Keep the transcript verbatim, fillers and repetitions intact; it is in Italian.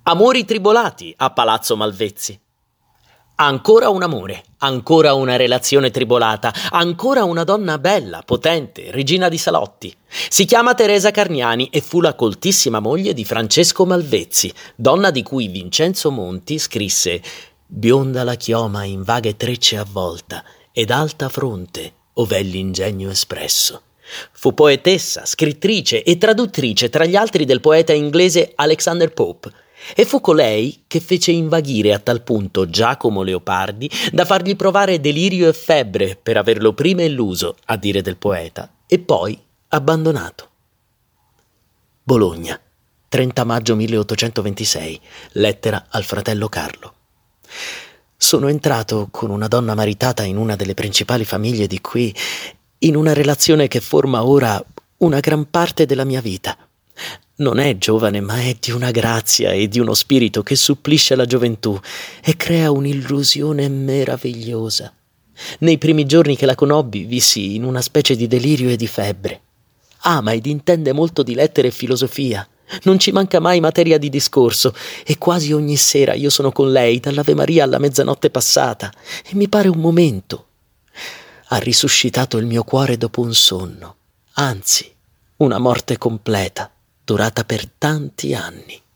Amori tribolati a Palazzo Malvezzi. Ancora un amore, ancora una relazione tribolata, ancora una donna bella, potente, regina di salotti. Si chiama Teresa Carniani e fu la coltissima moglie di Francesco Malvezzi, donna di cui Vincenzo Monti scrisse: «Bionda la chioma in vaghe trecce avvolta, ed alta fronte, ov'è l'ingegno espresso». Fu poetessa, scrittrice e traduttrice tra gli altri del poeta inglese Alexander Pope, e fu colei che fece invaghire a tal punto Giacomo Leopardi da fargli provare delirio e febbre per averlo prima illuso, a dire del poeta, e poi abbandonato. Bologna, trenta maggio milleottocentoventisei, lettera al fratello Carlo. Sono entrato con una donna maritata in una delle principali famiglie di qui, in una relazione che forma ora una gran parte della mia vita. Non è giovane, ma è di una grazia e di uno spirito che supplisce la gioventù e crea un'illusione meravigliosa. Nei primi giorni che la conobbi vissi in una specie di delirio e di febbre. Ama ed intende molto di lettere e filosofia. Non ci manca mai materia di discorso e quasi ogni sera io sono con lei dall'Ave Maria alla mezzanotte passata e mi pare un momento. Ha risuscitato il mio cuore dopo un sonno, anzi, una morte completa, durata per tanti anni.